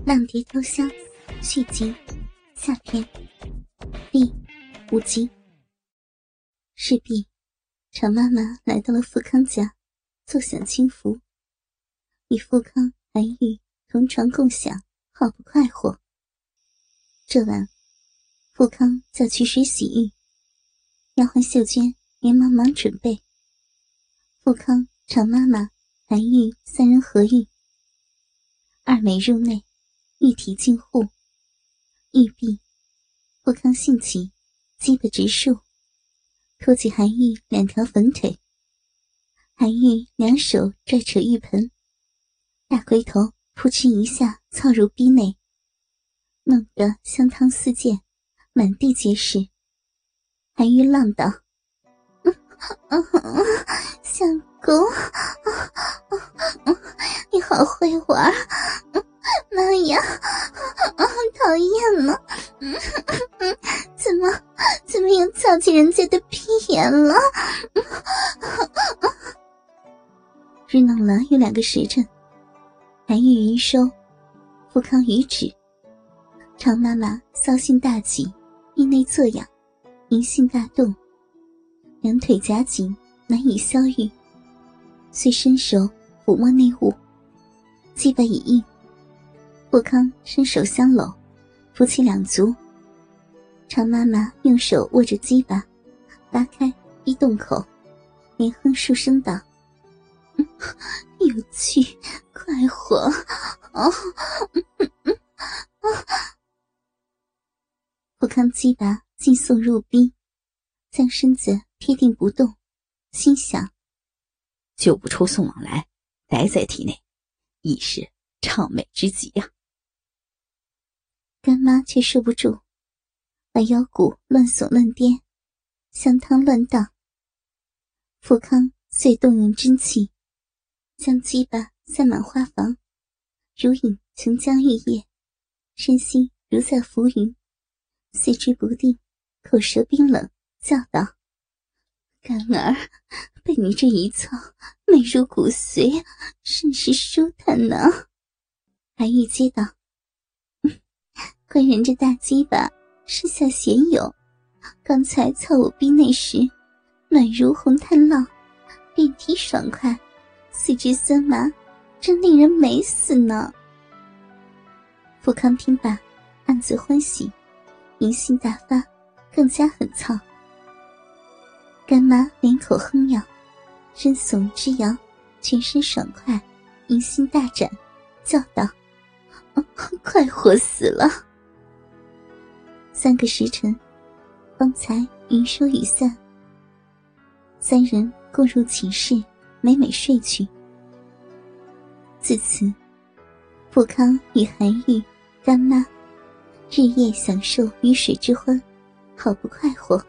浪蝶飘香续集下篇第5集。势必常妈妈来到了富康家，坐享清福，与富康、韩愈同床共享，好不快活。这晚，富康叫取水洗浴，丫鬟秀娟连忙准备。富康、常妈妈、韩愈三人合浴，二美入内，玉体净护，玉臂，富康兴起，鸡巴直竖，托起韩愈2条粉腿，韩愈2手拽扯浴盆，大龟头扑哧一下操入逼内，弄得香汤四溅，满地皆是。韩愈浪道：相公，你好会玩，妈呀，讨厌了，怎么又操起人家的屁眼了？日弄了有2个时辰，韩愈余收，富康余止。常妈妈骚性大起，逼内作痒，淫性大动，2腿夹紧，难以消愈，遂伸手抚摸内务，鸡巴已硬。富康伸手相搂，扶起2足，常妈妈用手握着鸡巴，拉开逼洞口，连哼数声道：有趣快活，富康鸡巴尽送入逼，将身子贴定不动，心想： 就不抽送往来，待在体内，亦是畅美之极呀。 干妈却受不住，把腰骨乱耸乱颠，香汤乱荡。富康遂动用真气，将鸡巴塞满花房，如饮琼浆玉液，身心如在浮云，四肢不定，口舌冰冷，叫道：干儿，被你这一操，美如骨髓，甚是舒坦呢。韩愈接道：官人这大鸡巴身下鲜有，刚才操我逼内时，暖如红炭烙，遍体爽快，四肢酸麻，真令人美死呢。富康听罢，暗自欢喜，淫性大发，更加狠操。干妈连口哼咬，身耸之摇，全身爽快，淫心大展，叫道：快活死了。3个时辰，方才云收雨散，3人共入寝室，美美睡去。自此，富康与韩愈、干妈日夜享受鱼水之欢，好不快活。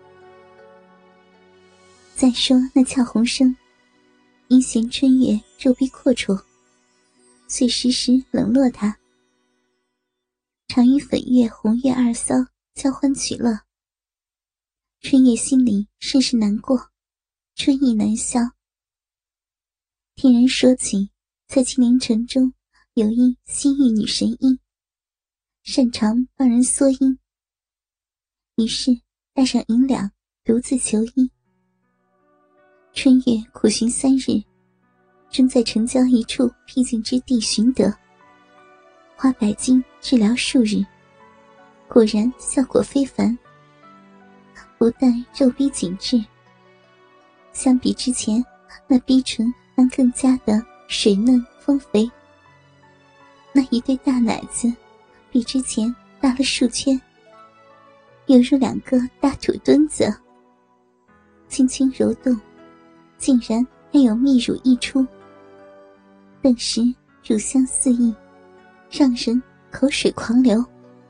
再说那俏红生，因嫌春月肉逼阔绰，遂时时冷落他，常与粉月、红月2骚交欢取乐。春月心里甚是难过，春意难消。听人说起，在金陵城中有一西域女神医，擅长帮人缩阴，于是带上银两，独自求医。春月苦寻3日，终在城郊一处僻静之地寻得，花100金治疗数日，果然效果非凡，不但肉逼紧致，相比之前那逼唇还更加的水嫩丰肥，那一对大奶子比之前大了数圈，犹如2个大土墩子，轻轻揉动，竟然还有蜜乳溢出，顿时乳香四溢，让人口水狂流。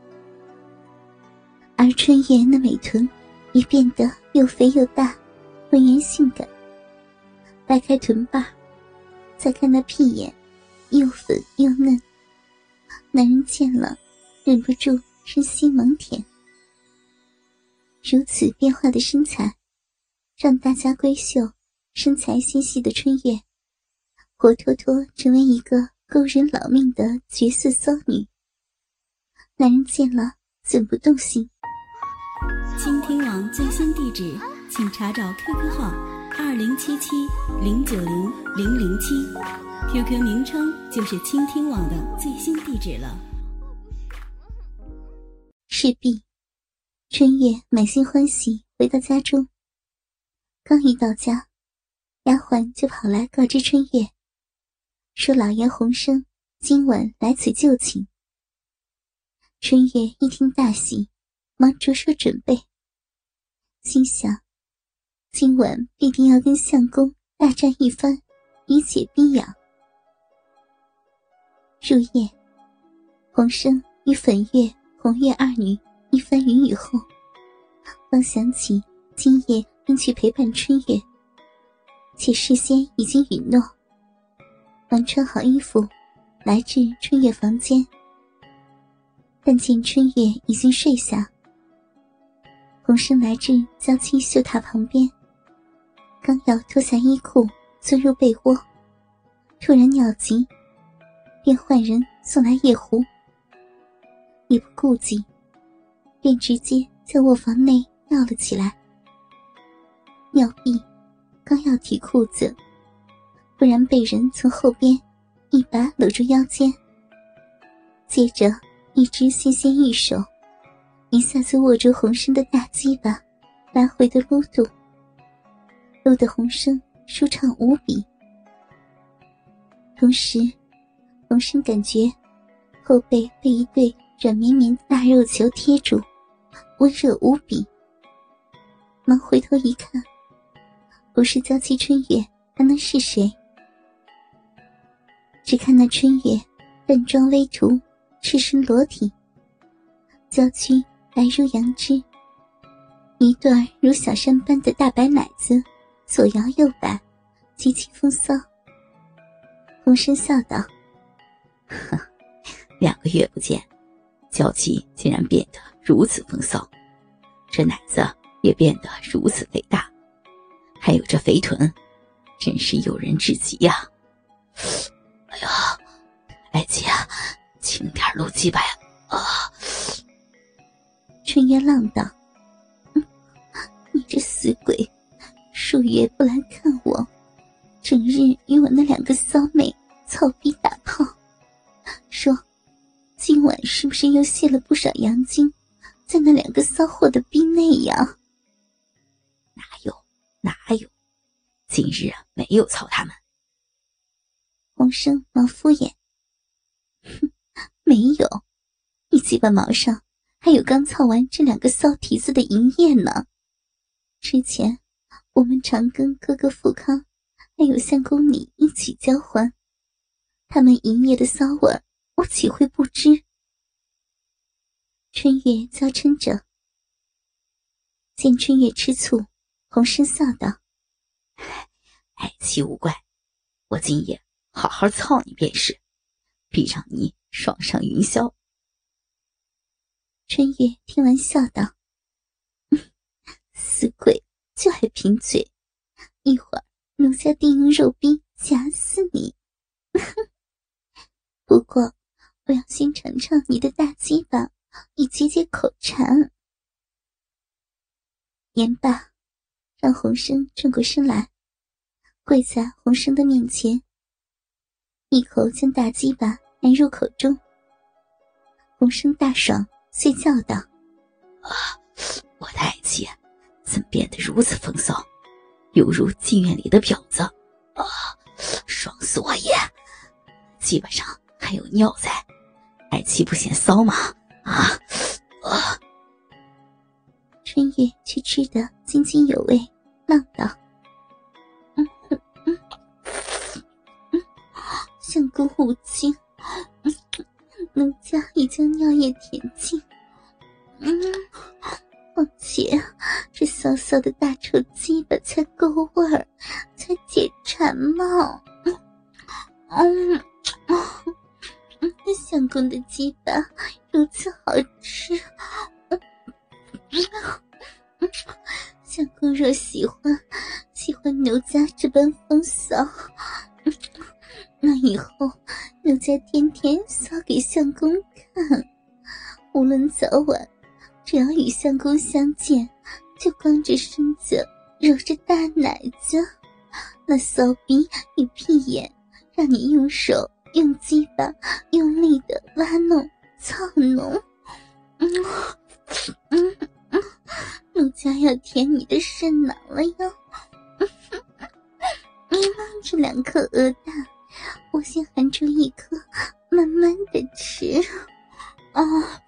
而春月那美臀已变得又肥又大，浑圆性感，掰开臀瓣，再看那屁眼，又粉又嫩，男人见了忍不住身心猛舔。如此变化的身材，让大家闺秀身材纤细的春月活脱脱成为一个勾人老命的绝色骚女。 男人见了怎不动心。 倾听网最新地址，请查找 QQ 号2077-090-007 ，QQ 名称就是倾听网的最新地址了。 势必，春月满心欢喜回到家中。刚一到家，丫鬟就跑来告知春月，说老爷洪生今晚来此就寝。春月一听大喜，忙着手准备，心想今晚必定要跟相公大战一番，以解逼痒。入夜，洪生与粉月、红月二女一番云雨后，方想起今夜应去陪伴春月，且事先已经允诺，忙穿好衣服来至春月房间。但见春月已经睡下，洪生来至娇妻绣榻旁边，刚要脱下衣裤钻入被窝，突然尿急，便唤人送来夜壶，也不顾忌，便直接在卧房内尿了起来。尿毕，刚要提裤子，忽然被人从后边一把搂住腰间，接着一只纤纤玉手一下子握住洪生的大鸡巴，来回的撸动，撸得洪生舒畅无比。同时，洪生感觉后背被一对软绵绵的大肉球贴住，温热无比。忙回头一看，不是娇妻春月，还能是谁？只看那春月淡妆微涂，赤身裸体，娇躯白如羊脂，一段如小山般的大白奶子左摇右摆，极其风骚。洪生笑道： 2个月不见，娇妻竟然变得如此风骚，这奶子也变得如此肥大，还有这肥臀，真是诱人至极呀！哎呀，爱妻啊，轻点露鸡巴呀！啊！ 春月浪道：你这死鬼，数月不来看我，整日与我那2个骚妹操逼打炮，说今晚是不是又泄了不少阳精在那2个骚货的逼内呀？ 哪有，今日没有操他们。 洪生忙敷衍：没有，你鸡巴毛上还有刚操完这2个骚蹄子的银液呢。之前我们常跟哥哥富康还有相公你一起交欢，他们银液的骚味我岂会不知？春月娇嗔着。见春月吃醋，洪生笑道： 爱妻无怪，我今夜好好操你便是，必让你爽上云霄。 春月听完笑道：死鬼就爱贫嘴，一会儿奴家定用肉逼夹死你。不过我要先尝尝你的大鸡巴，以解解口馋。言罢，让洪生转过身来，跪在洪生的面前，一口将大鸡巴含入口中。洪生大爽，遂叫道： 我的爱妻怎么变得如此风骚，犹如妓院里的婊子啊！爽死我也！鸡巴上还有尿在，爱妻不嫌骚吗？ 春月却吃得津津有味，浪道：相公无惊，奴家已将尿液填尽。况且这骚骚的大臭鸡巴才够味儿，才解馋嘛。相公的鸡巴如此好吃，相公若喜欢奴家这般风骚，那以后奴家天天骚给相公看， 无论早晚，只要与相公相见，就光着身子揉着大奶子，那骚逼与屁眼，让你用手用鸡巴用力的挖弄操弄。奴家要舔你的肾囊了哟。这2颗鹅蛋，我先含住1颗，慢慢的吃。